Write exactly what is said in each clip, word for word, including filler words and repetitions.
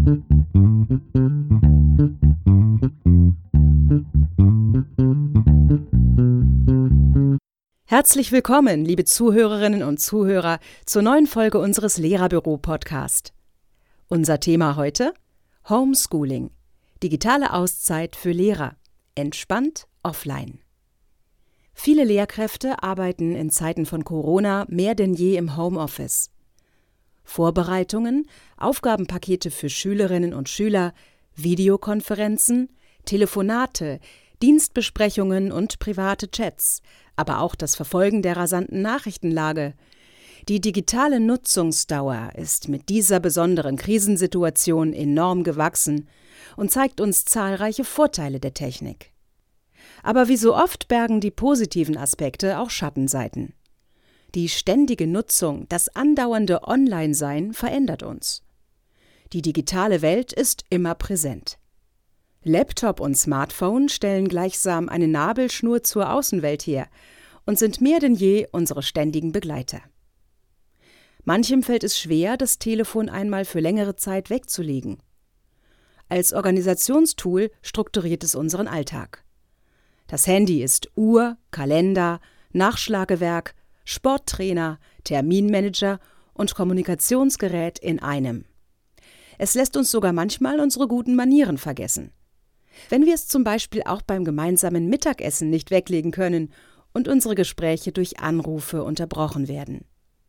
Herzlich willkommen, liebe Zuhörerinnen und Zuhörer, zur neuen Folge unseres Lehrerbüro-Podcast. Unser Thema heute: Homeschooling, digitale Auszeit für Lehrer, entspannt offline. Viele Lehrkräfte arbeiten in Zeiten von Corona mehr denn je im Homeoffice. Vorbereitungen, Aufgabenpakete für Schülerinnen und Schüler, Videokonferenzen, Telefonate, Dienstbesprechungen und private Chats, aber auch das Verfolgen der rasanten Nachrichtenlage. Die digitale Nutzungsdauer ist mit dieser besonderen Krisensituation enorm gewachsen und zeigt uns zahlreiche Vorteile der Technik. Aber wie so oft bergen die positiven Aspekte auch Schattenseiten. Die ständige Nutzung, das andauernde Online-Sein verändert uns. Die digitale Welt ist immer präsent. Laptop und Smartphone stellen gleichsam eine Nabelschnur zur Außenwelt her und sind mehr denn je unsere ständigen Begleiter. Manchem fällt es schwer, das Telefon einmal für längere Zeit wegzulegen. Als Organisationstool strukturiert es unseren Alltag. Das Handy ist Uhr, Kalender, Nachschlagewerk, Sporttrainer, Terminmanager und Kommunikationsgerät in einem. Es lässt uns sogar manchmal unsere guten Manieren vergessen. Wenn wir es zum Beispiel auch beim gemeinsamen Mittagessen nicht weglegen können und unsere Gespräche durch Anrufe unterbrochen werden.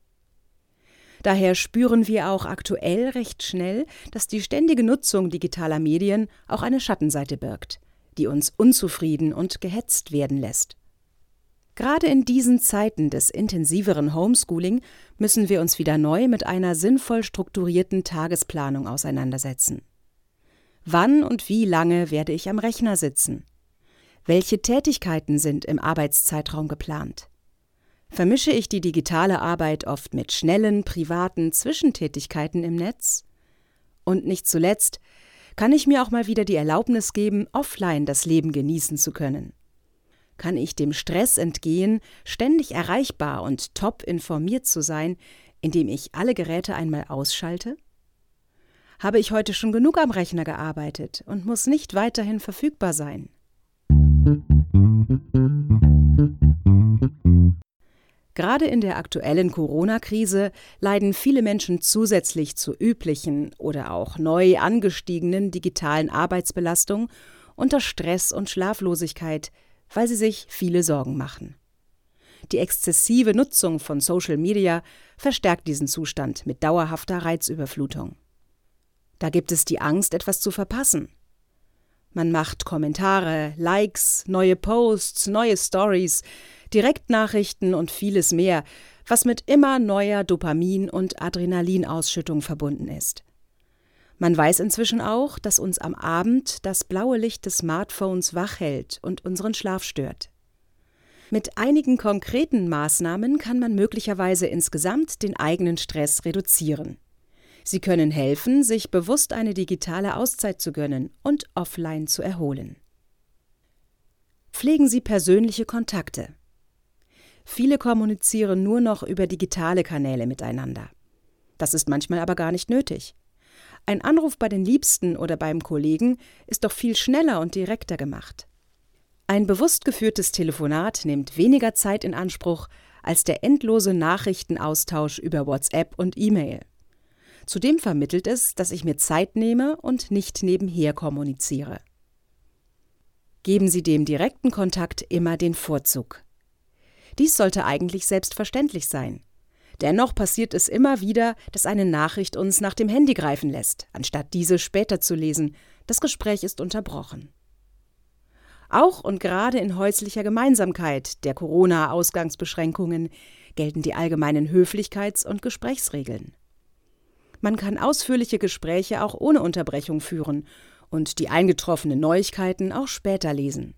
Daher spüren wir auch aktuell recht schnell, dass die ständige Nutzung digitaler Medien auch eine Schattenseite birgt, die uns unzufrieden und gehetzt werden lässt. Gerade in diesen Zeiten des intensiveren Homeschooling müssen wir uns wieder neu mit einer sinnvoll strukturierten Tagesplanung auseinandersetzen. Wann und wie lange werde ich am Rechner sitzen? Welche Tätigkeiten sind im Arbeitszeitraum geplant? Vermische ich die digitale Arbeit oft mit schnellen, privaten Zwischentätigkeiten im Netz? Und nicht zuletzt, kann ich mir auch mal wieder die Erlaubnis geben, offline das Leben genießen zu können? Kann ich dem Stress entgehen, ständig erreichbar und top informiert zu sein, indem ich alle Geräte einmal ausschalte? Habe ich heute schon genug am Rechner gearbeitet und muss nicht weiterhin verfügbar sein? Gerade in der aktuellen Corona-Krise leiden viele Menschen zusätzlich zur üblichen oder auch neu angestiegenen digitalen Arbeitsbelastung unter Stress und Schlaflosigkeit, weil sie sich viele Sorgen machen. Die exzessive Nutzung von Social Media verstärkt diesen Zustand mit dauerhafter Reizüberflutung. Da gibt es die Angst, etwas zu verpassen. Man macht Kommentare, Likes, neue Posts, neue Stories, Direktnachrichten und vieles mehr, was mit immer neuer Dopamin- und Adrenalinausschüttung verbunden ist. Man weiß inzwischen auch, dass uns am Abend das blaue Licht des Smartphones wach hält und unseren Schlaf stört. Mit einigen konkreten Maßnahmen kann man möglicherweise insgesamt den eigenen Stress reduzieren. Sie können helfen, sich bewusst eine digitale Auszeit zu gönnen und offline zu erholen. Pflegen Sie persönliche Kontakte. Viele kommunizieren nur noch über digitale Kanäle miteinander. Das ist manchmal aber gar nicht nötig. Ein Anruf bei den Liebsten oder beim Kollegen ist doch viel schneller und direkter gemacht. Ein bewusst geführtes Telefonat nimmt weniger Zeit in Anspruch als der endlose Nachrichtenaustausch über WhatsApp und E-Mail. Zudem vermittelt es, dass ich mir Zeit nehme und nicht nebenher kommuniziere. Geben Sie dem direkten Kontakt immer den Vorzug. Dies sollte eigentlich selbstverständlich sein. Dennoch passiert es immer wieder, dass eine Nachricht uns nach dem Handy greifen lässt, anstatt diese später zu lesen. Das Gespräch ist unterbrochen. Auch und gerade in häuslicher Gemeinsamkeit der Corona-Ausgangsbeschränkungen gelten die allgemeinen Höflichkeits- und Gesprächsregeln. Man kann ausführliche Gespräche auch ohne Unterbrechung führen und die eingetroffenen Neuigkeiten auch später lesen.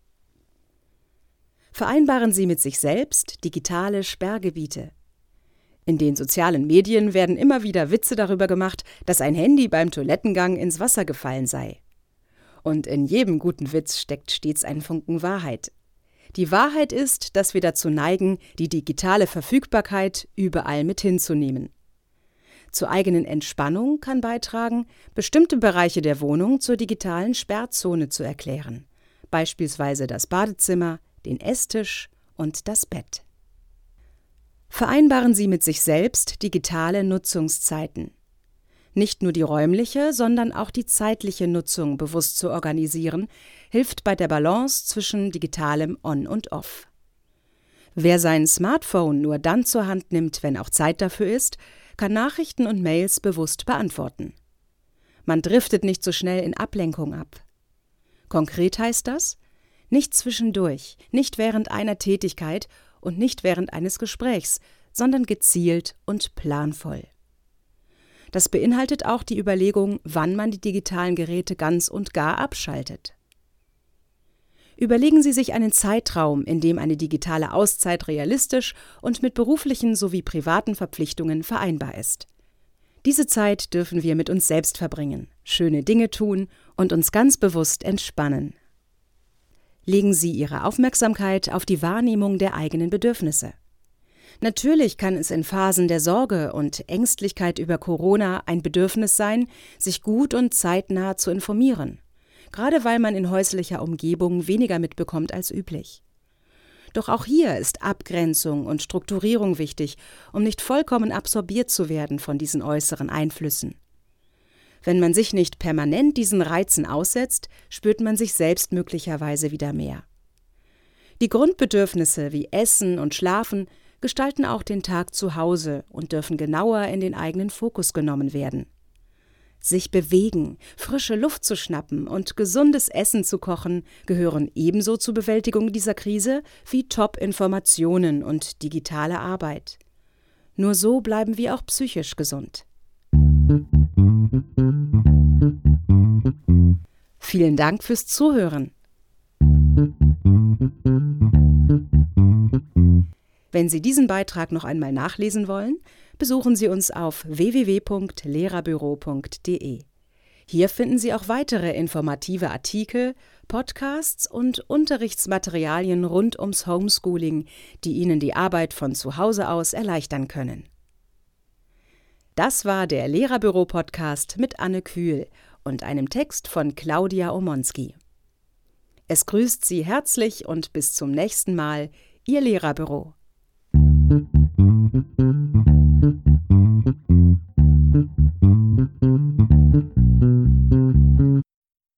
Vereinbaren Sie mit sich selbst digitale Sperrgebiete. In den sozialen Medien werden immer wieder Witze darüber gemacht, dass ein Handy beim Toilettengang ins Wasser gefallen sei. Und in jedem guten Witz steckt stets ein Funken Wahrheit. Die Wahrheit ist, dass wir dazu neigen, die digitale Verfügbarkeit überall mit hinzunehmen. Zur eigenen Entspannung kann beitragen, bestimmte Bereiche der Wohnung zur digitalen Sperrzone zu erklären, beispielsweise das Badezimmer, den Esstisch und das Bett. Vereinbaren Sie mit sich selbst digitale Nutzungszeiten. Nicht nur die räumliche, sondern auch die zeitliche Nutzung bewusst zu organisieren, hilft bei der Balance zwischen digitalem On und Off. Wer sein Smartphone nur dann zur Hand nimmt, wenn auch Zeit dafür ist, kann Nachrichten und Mails bewusst beantworten. Man driftet nicht so schnell in Ablenkung ab. Konkret heißt das: nicht zwischendurch, nicht während einer Tätigkeit und nicht während eines Gesprächs, sondern gezielt und planvoll. Das beinhaltet auch die Überlegung, wann man die digitalen Geräte ganz und gar abschaltet. Überlegen Sie sich einen Zeitraum, in dem eine digitale Auszeit realistisch und mit beruflichen sowie privaten Verpflichtungen vereinbar ist. Diese Zeit dürfen wir mit uns selbst verbringen, schöne Dinge tun und uns ganz bewusst entspannen. Legen Sie Ihre Aufmerksamkeit auf die Wahrnehmung der eigenen Bedürfnisse. Natürlich kann es in Phasen der Sorge und Ängstlichkeit über Corona ein Bedürfnis sein, sich gut und zeitnah zu informieren, gerade weil man in häuslicher Umgebung weniger mitbekommt als üblich. Doch auch hier ist Abgrenzung und Strukturierung wichtig, um nicht vollkommen absorbiert zu werden von diesen äußeren Einflüssen. Wenn man sich nicht permanent diesen Reizen aussetzt, spürt man sich selbst möglicherweise wieder mehr. Die Grundbedürfnisse wie Essen und Schlafen gestalten auch den Tag zu Hause und dürfen genauer in den eigenen Fokus genommen werden. Sich bewegen, frische Luft zu schnappen und gesundes Essen zu kochen, gehören ebenso zur Bewältigung dieser Krise wie Top-Informationen und digitale Arbeit. Nur so bleiben wir auch psychisch gesund. Vielen Dank fürs Zuhören. Wenn Sie diesen Beitrag noch einmal nachlesen wollen, besuchen Sie uns auf w w w punkt lehrerbüro punkt d e. Hier finden Sie auch weitere informative Artikel, Podcasts und Unterrichtsmaterialien rund ums Homeschooling, die Ihnen die Arbeit von zu Hause aus erleichtern können. Das war der Lehrerbüro-Podcast mit Anne Kühl und einem Text von Claudia Omonski. Es grüßt Sie herzlich und bis zum nächsten Mal, Ihr Lehrerbüro. Thank you.